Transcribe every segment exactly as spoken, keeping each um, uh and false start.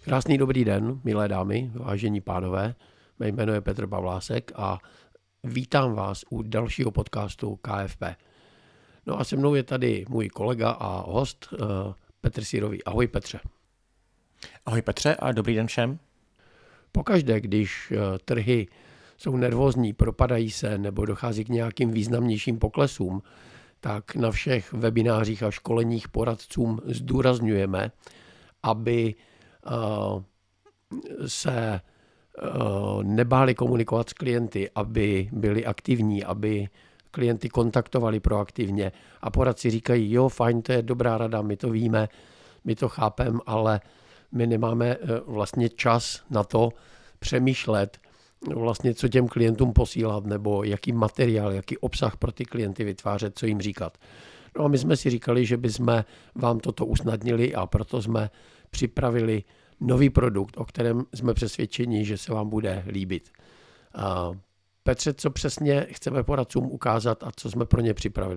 Krásný dobrý den, milé dámy, vážení pánové. Mé jméno je Petr Pavlásek a vítám vás u dalšího podcastu K F P. No a se mnou je tady můj kolega a host Petr Sírový. Ahoj Petře. Ahoj Petře a dobrý den všem. Pokaždé, když trhy jsou nervózní, propadají se nebo dochází k nějakým významnějším poklesům, tak na všech webinářích a školeních poradcům zdůrazňujeme, aby se nebáli komunikovat s klienty, aby byli aktivní, aby klienty kontaktovali proaktivně. A poradci říkají, jo, fajn, to je dobrá rada, my to víme, my to chápeme, ale my nemáme vlastně čas na to přemýšlet, vlastně co těm klientům posílat, nebo jaký materiál, jaký obsah pro ty klienty vytvářet, co jim říkat. No a my jsme si říkali, že bychom vám toto usnadnili a proto jsme připravili nový produkt, o kterém jsme přesvědčeni, že se vám bude líbit. Petře, co přesně chceme poradcům ukázat a co jsme pro ně připravili?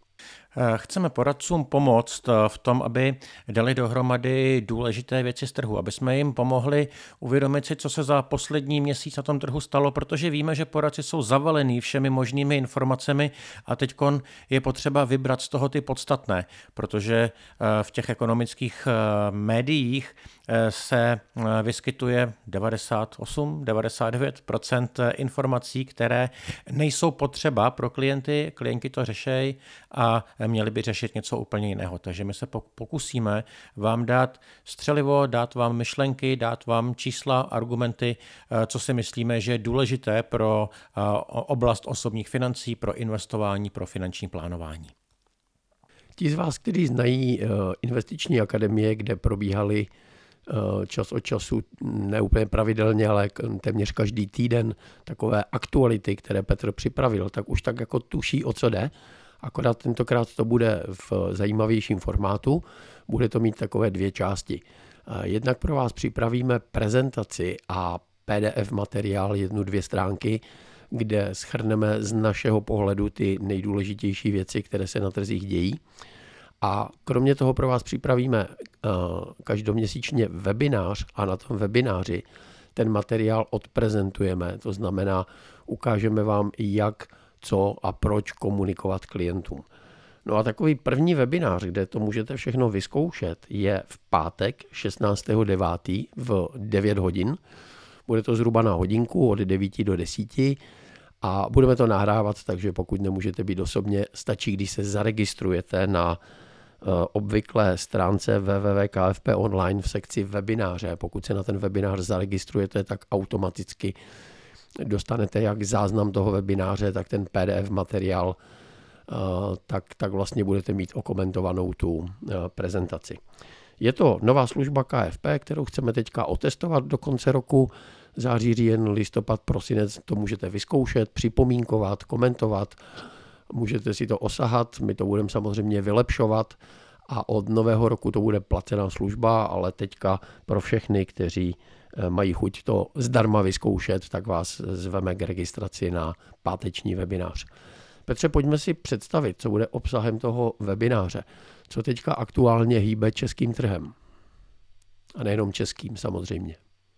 Chceme poradcům pomoct v tom, aby dali dohromady důležité věci z trhu, aby jsme jim pomohli uvědomit si, co se za poslední měsíc na tom trhu stalo, protože víme, že poradci jsou zavalení všemi možnými informacemi a teďkon je potřeba vybrat z toho ty podstatné, protože v těch ekonomických médiích se vyskytuje devadesát osm až devadesát devět procent informací, které nejsou potřeba pro klienty, klienti to řešejí a měli by řešit něco úplně jiného. Takže my se pokusíme vám dát střelivo, dát vám myšlenky, dát vám čísla, argumenty, co si myslíme, že je důležité pro oblast osobních financí, pro investování, pro finanční plánování. Ti z vás, kteří znají investiční akademie, kde probíhaly čas od času, ne úplně pravidelně, ale téměř každý týden takové aktuality, které Petr připravil, tak už tak jako tuší, o co jde. Akorát tentokrát to bude v zajímavějším formátu, bude to mít takové dvě části. Jednak pro vás připravíme prezentaci a P D F materiál, jednu, dvě stránky, kde shrneme z našeho pohledu ty nejdůležitější věci, které se na trzích dějí. A kromě toho pro vás připravíme každoměsíčně webinář a na tom webináři ten materiál odprezentujeme, to znamená, ukážeme vám, jak, co a proč komunikovat klientům. No a takový první webinář, kde to můžete všechno vyzkoušet, je v pátek šestnáctého devátého v devět hodin. Bude to zhruba na hodinku od devíti do desíti a budeme to nahrávat, takže pokud nemůžete být osobně, stačí, když se zaregistrujete na obvyklé stránce w w w tečka k f p online v sekci webináře. Pokud se na ten webinář zaregistrujete, tak automaticky dostanete jak záznam toho webináře, tak ten P D F materiál, tak, tak vlastně budete mít okomentovanou tu prezentaci. Je to nová služba K F P, kterou chceme teďka otestovat do konce roku. Září, říjen, listopad, prosinec to můžete vyzkoušet, připomínkovat, komentovat. Můžete si to osahat, my to budeme samozřejmě vylepšovat a od nového roku to bude placená služba, ale teďka pro všechny, kteří mají chuť to zdarma vyzkoušet, tak vás zveme k registraci na páteční webinář. Petře, pojďme si představit, co bude obsahem toho webináře. Co teďka aktuálně hýbe českým trhem. A nejenom českým samozřejmě.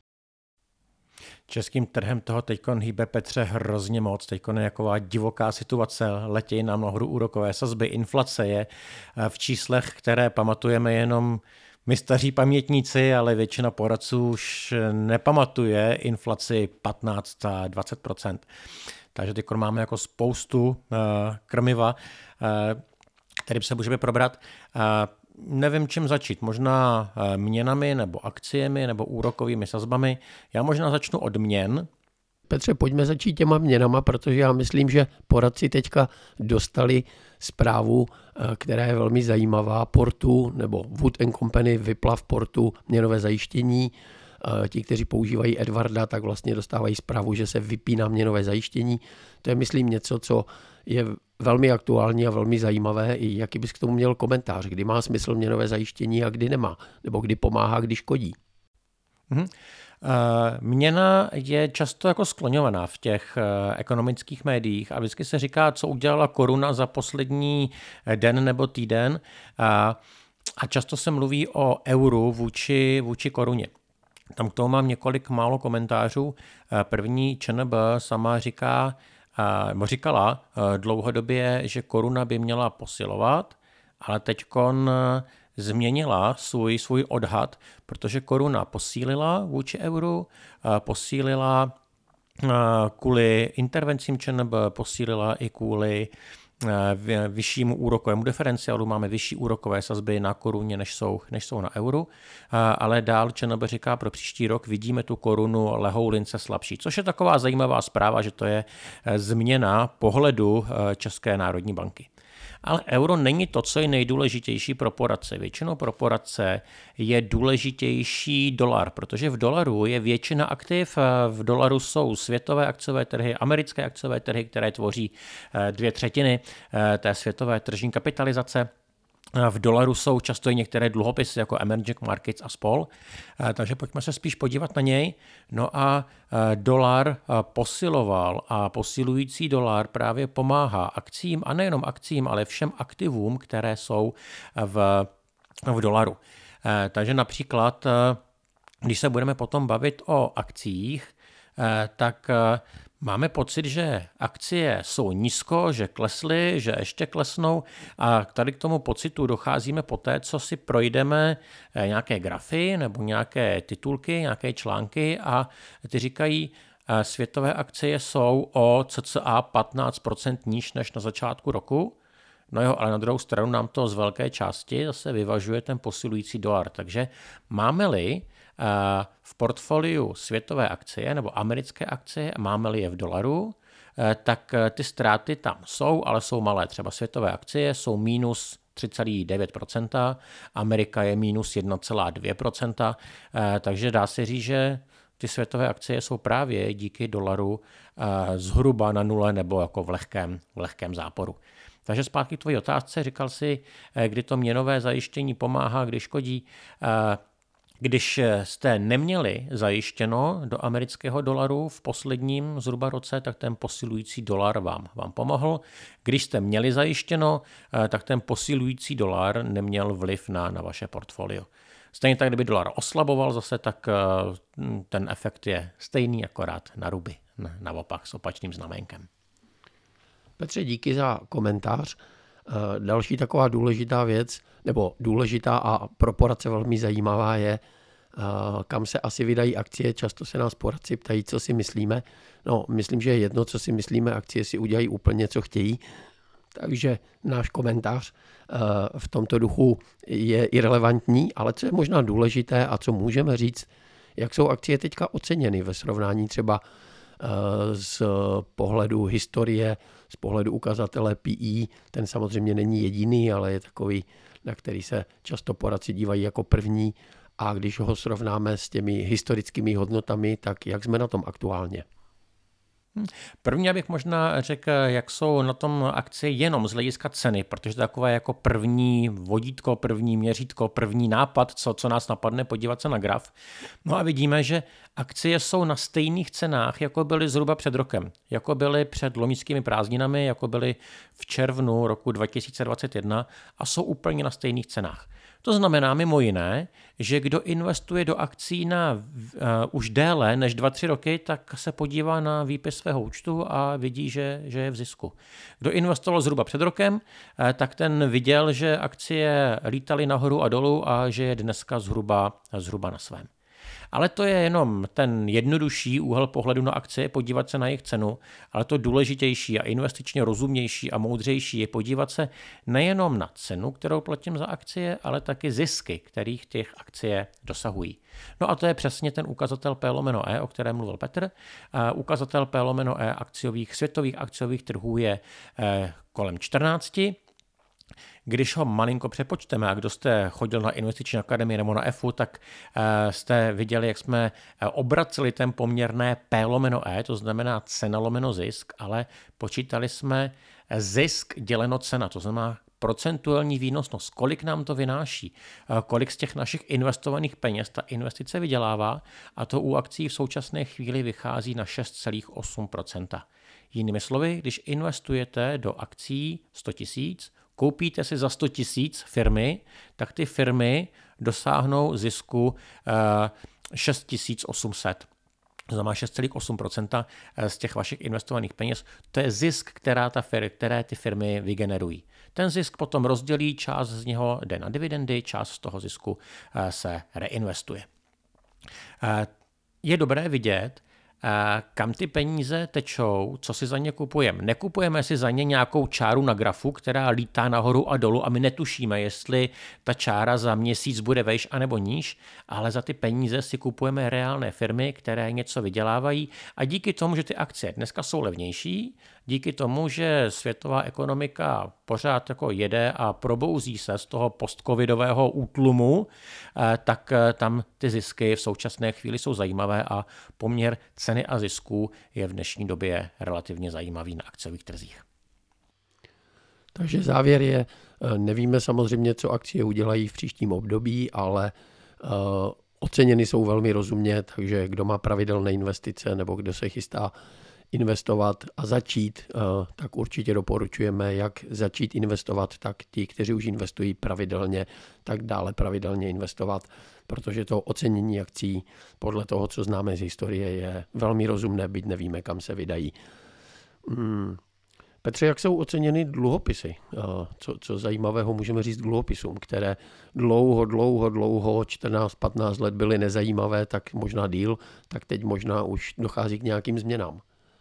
Českým trhem toho teďkon hýbe, Petře, hrozně moc. Teďkon je jaková divoká situace, letějí nám nahoru úrokové sazby, inflace je v číslech, které pamatujeme jenom my staří pamětníci, ale většina poradců už nepamatuje inflaci patnáct a dvacet procent. Takže teď máme jako spoustu krmiva, kterým se můžeme probrat. Nevím, čím začít. Možná měnami, nebo akciemi, nebo úrokovými sazbami. Já možná začnu od měn. Petře, pojďme začít těma měnama, protože já myslím, že poradci teďka dostali zprávu, která je velmi zajímavá. Portu nebo Wood and Company vypla v Portu měnové zajištění. Ti, kteří používají Edwarda, tak vlastně dostávají zprávu, že se vypíná měnové zajištění. To je, myslím, něco, co je velmi aktuální a velmi zajímavé. I jaký bys k tomu měl komentář, kdy má smysl měnové zajištění a kdy nemá, nebo kdy pomáhá, kdy škodí. Mm-hmm. Měna je často jako skloňovaná v těch ekonomických médiích a vždycky se říká, co udělala koruna za poslední den nebo týden a často se mluví o euru vůči, vůči koruně. Tam k tomu mám několik málo komentářů. První ČNB sama říká, nebo říkala dlouhodobě, že koruna by měla posilovat, ale teďkon změnila svůj, svůj odhad, protože koruna posílila vůči euru, posílila kvůli intervencím ČNB, posílila i kvůli vyššímu úrokovému diferenciálu, máme vyšší úrokové sazby na koruně, než jsou, než jsou na euru, ale dál ČNB říká, pro příští rok vidíme tu korunu lehou lince slabší, což je taková zajímavá zpráva, že to je změna pohledu České národní banky. Ale euro není to, co je nejdůležitější pro poradce. Většinou pro poradce je důležitější dolar, protože v dolaru je většina aktiv, v dolaru jsou světové akciové trhy, americké akciové trhy, které tvoří dvě třetiny té světové tržní kapitalizace. V dolaru jsou často i některé dluhopisy jako Emerging Markets a spol. Takže pojďme se spíš podívat na něj. No a dolar posiloval a posilující dolar právě pomáhá akcím a nejenom akcím, ale všem aktivům, které jsou v, v dolaru. Takže například, když se budeme potom bavit o akcích, tak máme pocit, že akcie jsou nízko, že klesly, že ještě klesnou a tady k tomu pocitu docházíme poté, co si projdeme nějaké grafy nebo nějaké titulky, nějaké články a ty říkají, světové akcie jsou o cca patnáct procent níž než na začátku roku. No jo, ale na druhou stranu nám to z velké části zase vyvažuje ten posilující dolar. Takže máme-li v portfoliu světové akcie nebo americké akcie, máme-li je v dolaru, tak ty ztráty tam jsou, ale jsou malé. Třeba světové akcie jsou minus tři celá devět procenta, Amerika je minus jedna celá dvě procenta, takže dá se říct, že ty světové akcie jsou právě díky dolaru zhruba na nule nebo jako v lehkém, v lehkém záporu. Takže zpátky k tvojí otázce, říkal jsi, kdy to měnové zajištění pomáhá, kdy škodí. Když jste neměli zajištěno do amerického dolaru v posledním zhruba roce, tak ten posilující dolar vám, vám pomohl. Když jste měli zajištěno, tak ten posilující dolar neměl vliv na, na vaše portfolio. Stejně tak, kdyby dolar oslaboval zase, tak ten efekt je stejný, akorát na ruby, naopak s opačným znaménkem. Petře, díky za komentář. Další taková důležitá věc, nebo důležitá a pro poradce velmi zajímavá je, kam se asi vydají akcie. Často se nás poradci ptají, co si myslíme. No, myslím, že je jedno, co si myslíme, akcie si udělají úplně, co chtějí. Takže náš komentář v tomto duchu je irelevantní, ale co je možná důležité a co můžeme říct, jak jsou akcie teďka oceněny ve srovnání třeba z pohledu historie, z pohledu ukazatele P E, ten samozřejmě není jediný, ale je takový, na který se často poradci dívají jako první a když ho srovnáme s těmi historickými hodnotami, tak jak jsme na tom aktuálně? První abych možná řekl, jak jsou na tom akcie jenom z hlediska ceny, protože to je takové jako první vodítko, první měřítko, první nápad, co, co nás napadne, podívat se na graf. No a vidíme, že akcie jsou na stejných cenách, jako byly zhruba před rokem, jako byly před loňskými prázdninami, jako byly v červnu roku dva tisíce dvacet jedna a jsou úplně na stejných cenách. To znamená mimo jiné, že kdo investuje do akcí na uh, už déle než dva tři roky, tak se podívá na výpis svého účtu a vidí, že, že je v zisku. Kdo investoval zhruba před rokem, uh, tak ten viděl, že akcie lítaly nahoru a dolů a že je dneska zhruba, zhruba na svém. Ale to je jenom ten jednodušší úhel pohledu na akcie, podívat se na jejich cenu, ale to důležitější a investičně rozumnější a moudřejší je podívat se nejenom na cenu, kterou platím za akcie, ale taky zisky, kterých těch akcie dosahují. No a to je přesně ten ukazatel P lomeno E, o kterém mluvil Petr. Ukazatel P lomeno E akciových, světových akciových trhů je kolem čtrnáct. Když ho malinko přepočteme, a kdo jste chodil na investiční akademii nebo na F U, tak jste viděli, jak jsme obraceli ten poměrné P lomeno E, to znamená cena lomeno zisk, ale počítali jsme zisk děleno cena, to znamená procentuální výnosnost, kolik nám to vynáší, kolik z těch našich investovaných peněz ta investice vydělává a to u akcí v současné chvíli vychází na šest celá osm procenta. Jinými slovy, když investujete do akcí sto tisíc, koupíte si za sto tisíc firmy, tak ty firmy dosáhnou zisku šest tisíc osm set. To znamená šest celá osm procenta z těch vašich investovaných peněz. To je zisk, která ta fir- které ty firmy vygenerují. Ten zisk potom rozdělí, část z něho jde na dividendy, část z toho zisku se reinvestuje. Je dobré vidět, kam ty peníze tečou, co si za ně kupujeme. Nekupujeme si za ně nějakou čáru na grafu, která lítá nahoru a dolů a my netušíme, jestli ta čára za měsíc bude vejš anebo níž, ale za ty peníze si kupujeme reálné firmy, které něco vydělávají a díky tomu, že ty akcie dneska jsou levnější, díky tomu, že světová ekonomika pořád jako jede a probouzí se z toho postcovidového útlumu, tak tam ty zisky v současné chvíli jsou zajímavé a poměr ceny a zisků je v dnešní době relativně zajímavý na akciových trzích. Takže závěr je, nevíme samozřejmě, co akcie udělají v příštím období, ale oceněny jsou velmi rozumně, takže kdo má pravidelné investice nebo kdo se chystá investovat a začít, tak určitě doporučujeme, jak začít investovat, tak ti, kteří už investují pravidelně, tak dále pravidelně investovat, protože to ocenění akcí podle toho, co známe z historie, je velmi rozumné, byť nevíme, kam se vydají. Hmm. Petře, jak jsou oceněny dluhopisy? Co, co zajímavého můžeme říct dluhopisům, které dlouho, dlouho, dlouho, čtrnáct patnáct let byly nezajímavé, tak možná díl, tak teď možná už dochází k nějakým změnám.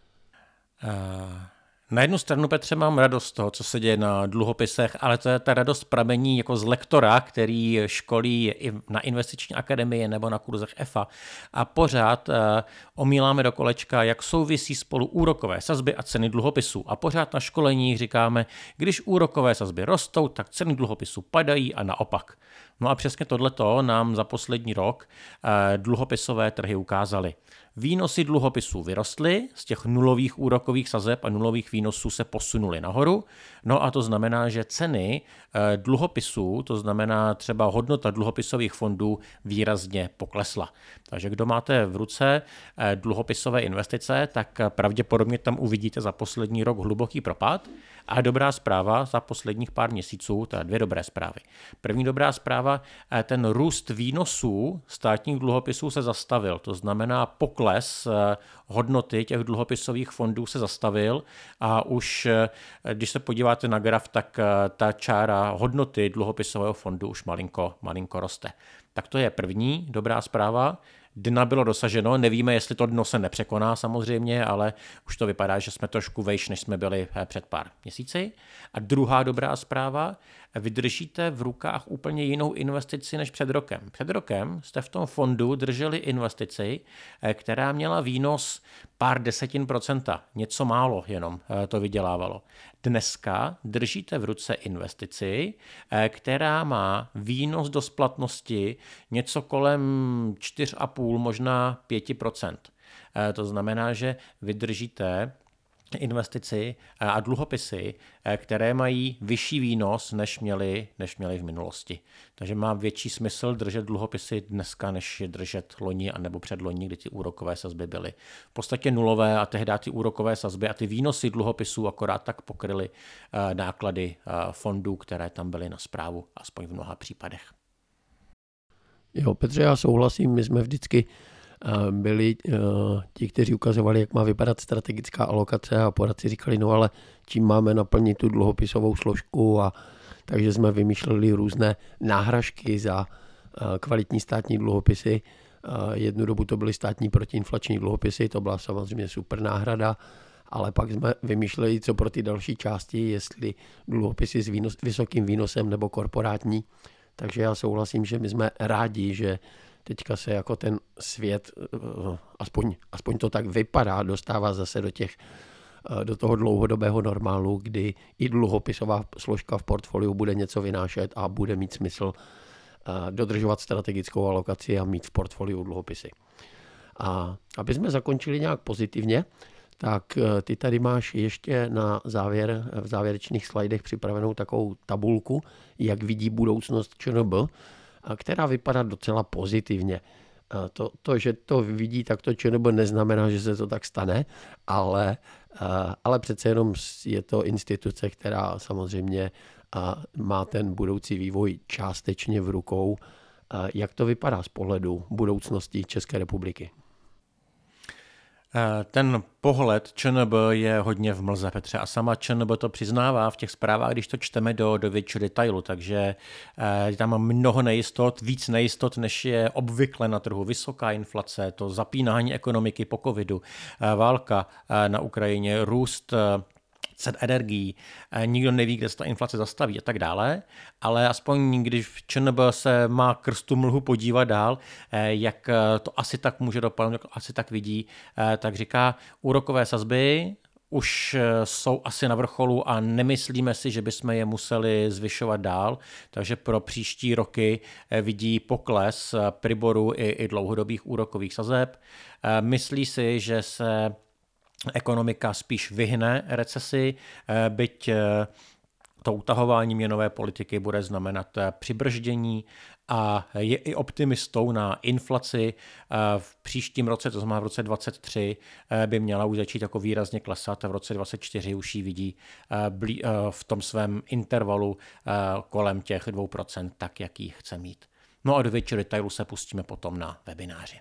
Na jednu stranu, Petře, mám radost z toho, co se děje na dluhopisech, ale to je ta radost pramení jako z lektora, který školí i na investiční akademii nebo na kurzech E F A a pořád omíláme do kolečka, jak souvisí spolu úrokové sazby a ceny dluhopisů. A pořád na školeních říkáme, když úrokové sazby rostou, tak ceny dluhopisů padají a naopak. No a přesně tohleto nám za poslední rok dluhopisové trhy ukázaly. Výnosy dluhopisů vyrostly, z těch nulových úrokových sazeb a nulových výnosů se posunuly nahoru, no a to znamená, že ceny dluhopisů, to znamená třeba hodnota dluhopisových fondů, výrazně poklesla. Takže kdo máte v ruce dluhopisové investice, tak pravděpodobně tam uvidíte za poslední rok hluboký propad. A dobrá zpráva za posledních pár měsíců, teda dvě dobré zprávy. První dobrá zpráva, ten růst výnosů státních dluhopisů se zastavil, to znamená pokles hodnoty těch dluhopisových fondů se zastavil a už, když se podíváte na graf, tak ta čára hodnoty dluhopisového fondu už malinko, malinko roste. Tak to je první dobrá zpráva. Dna bylo dosaženo, nevíme, jestli to dno se nepřekoná samozřejmě, ale už to vypadá, že jsme trošku vejš, než jsme byli před pár měsíci. A druhá dobrá zpráva, vydržíte v rukách úplně jinou investici než před rokem. Před rokem jste v tom fondu drželi investici, která měla výnos pár desetin procenta, něco málo jenom to vydělávalo. Dneska držíte v ruce investici, která má výnos do splatnosti něco kolem čtyři a půl, možná pět procent. To znamená, že vydržíte investici a dluhopisy, které mají vyšší výnos, než měly, než měly v minulosti. Takže má větší smysl držet dluhopisy dneska, než je držet loni anebo předloni, kdy ty úrokové sazby byly v podstatě nulové a tehdy ty úrokové sazby a ty výnosy dluhopisů akorát tak pokryly náklady fondů, které tam byly na správu, aspoň v mnoha případech. Jo, Petře, já souhlasím, my jsme vždycky byli ti, kteří ukazovali, jak má vypadat strategická alokace a poradci říkali, no ale čím máme naplnit tu dluhopisovou složku, a takže jsme vymýšleli různé náhražky za kvalitní státní dluhopisy. Jednu dobu to byly státní protiinflační dluhopisy, to byla samozřejmě super náhrada, ale pak jsme vymýšleli, co pro ty další části, jestli dluhopisy s výnos, vysokým výnosem nebo korporátní. Takže já souhlasím, že my jsme rádi, že teďka se jako ten svět, aspoň, aspoň to tak vypadá, dostává zase do, těch, do toho dlouhodobého normálu, kdy i dluhopisová složka v portfoliu bude něco vynášet a bude mít smysl dodržovat strategickou alokaci a mít v portfoliu dluhopisy. A aby jsme zakončili nějak pozitivně, tak ty tady máš ještě na závěr, v závěrečných slajdech připravenou takovou tabulku, jak vidí budoucnost ČNB, která vypadá docela pozitivně. To, to, že to vidí takto ČNB, neznamená, že se to tak stane, ale, ale přece jenom je to instituce, která samozřejmě má ten budoucí vývoj částečně v rukou Jak to vypadá z pohledu budoucnosti České republiky? Ten pohled ČNB je hodně v mlze, Petře, a sama ČNB to přiznává v těch zprávách, když to čteme do, do většího detailu, takže je tam mnoho nejistot, víc nejistot, než je obvykle na trhu. Vysoká inflace, to zapínání ekonomiky po covidu, válka na Ukrajině, růst cen energií, nikdo neví, kde se ta inflace zastaví a tak dále, ale aspoň když ČNB se má krz tu mlhu podívat dál, jak to asi tak může dopadnout, jak asi tak vidí, tak říká, úrokové sazby už jsou asi na vrcholu a nemyslíme si, že bychom je museli zvyšovat dál, takže pro příští roky vidí pokles Priboru i, i dlouhodobých úrokových sazeb. Myslí si, že se ekonomika spíš vyhne recesi, byť to utahování měnové politiky bude znamenat přibrždění a je i optimistou na inflaci. V příštím roce, to znamená v roce dvacet tři, by měla už začít jako výrazně klesat a v roce dvacet čtyři už ji vidí v tom svém intervalu kolem těch dvou procent, tak jak ji chce mít. No a do většího detailu se pustíme potom na webináři.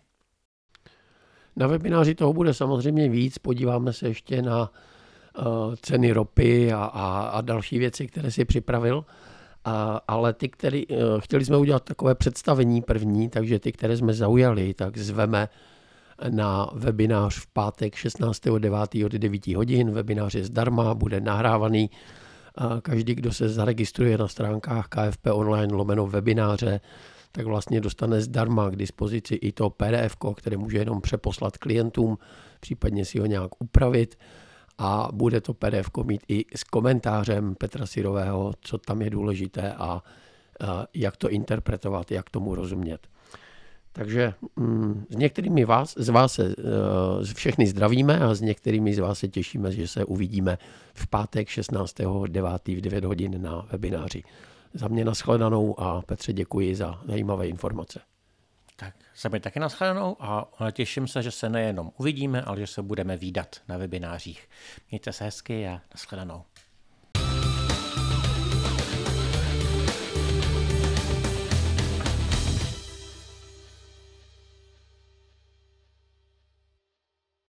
Na webináři toho bude samozřejmě víc, podíváme se ještě na uh, ceny ropy a, a, a další věci, které si připravil, a, ale ty, který, uh, chtěli jsme udělat takové představení první, takže ty, které jsme zaujali, tak zveme na webinář v pátek šestnáctého devátého od devět hodin, webinář je zdarma, bude nahrávaný, uh, každý, kdo se zaregistruje na stránkách K F P online lomeno webináře, tak vlastně dostane zdarma k dispozici i to P D F, které může jenom přeposlat klientům, případně si ho nějak upravit a bude to P D F mít i s komentářem Petra Syrového, co tam je důležité a, a jak to interpretovat, jak tomu rozumět. Takže mm, s některými vás, z vás se uh, všechny zdravíme a s některými z vás se těšíme, že se uvidíme v pátek šestnáctého devátého v devět hodin na webináři. Za mě nashledanou a Petře děkuji za zajímavé informace. Tak za mě taky nashledanou a těším se, že se nejenom uvidíme, ale že se budeme vídat na webinářích. Mějte se hezky a nashledanou.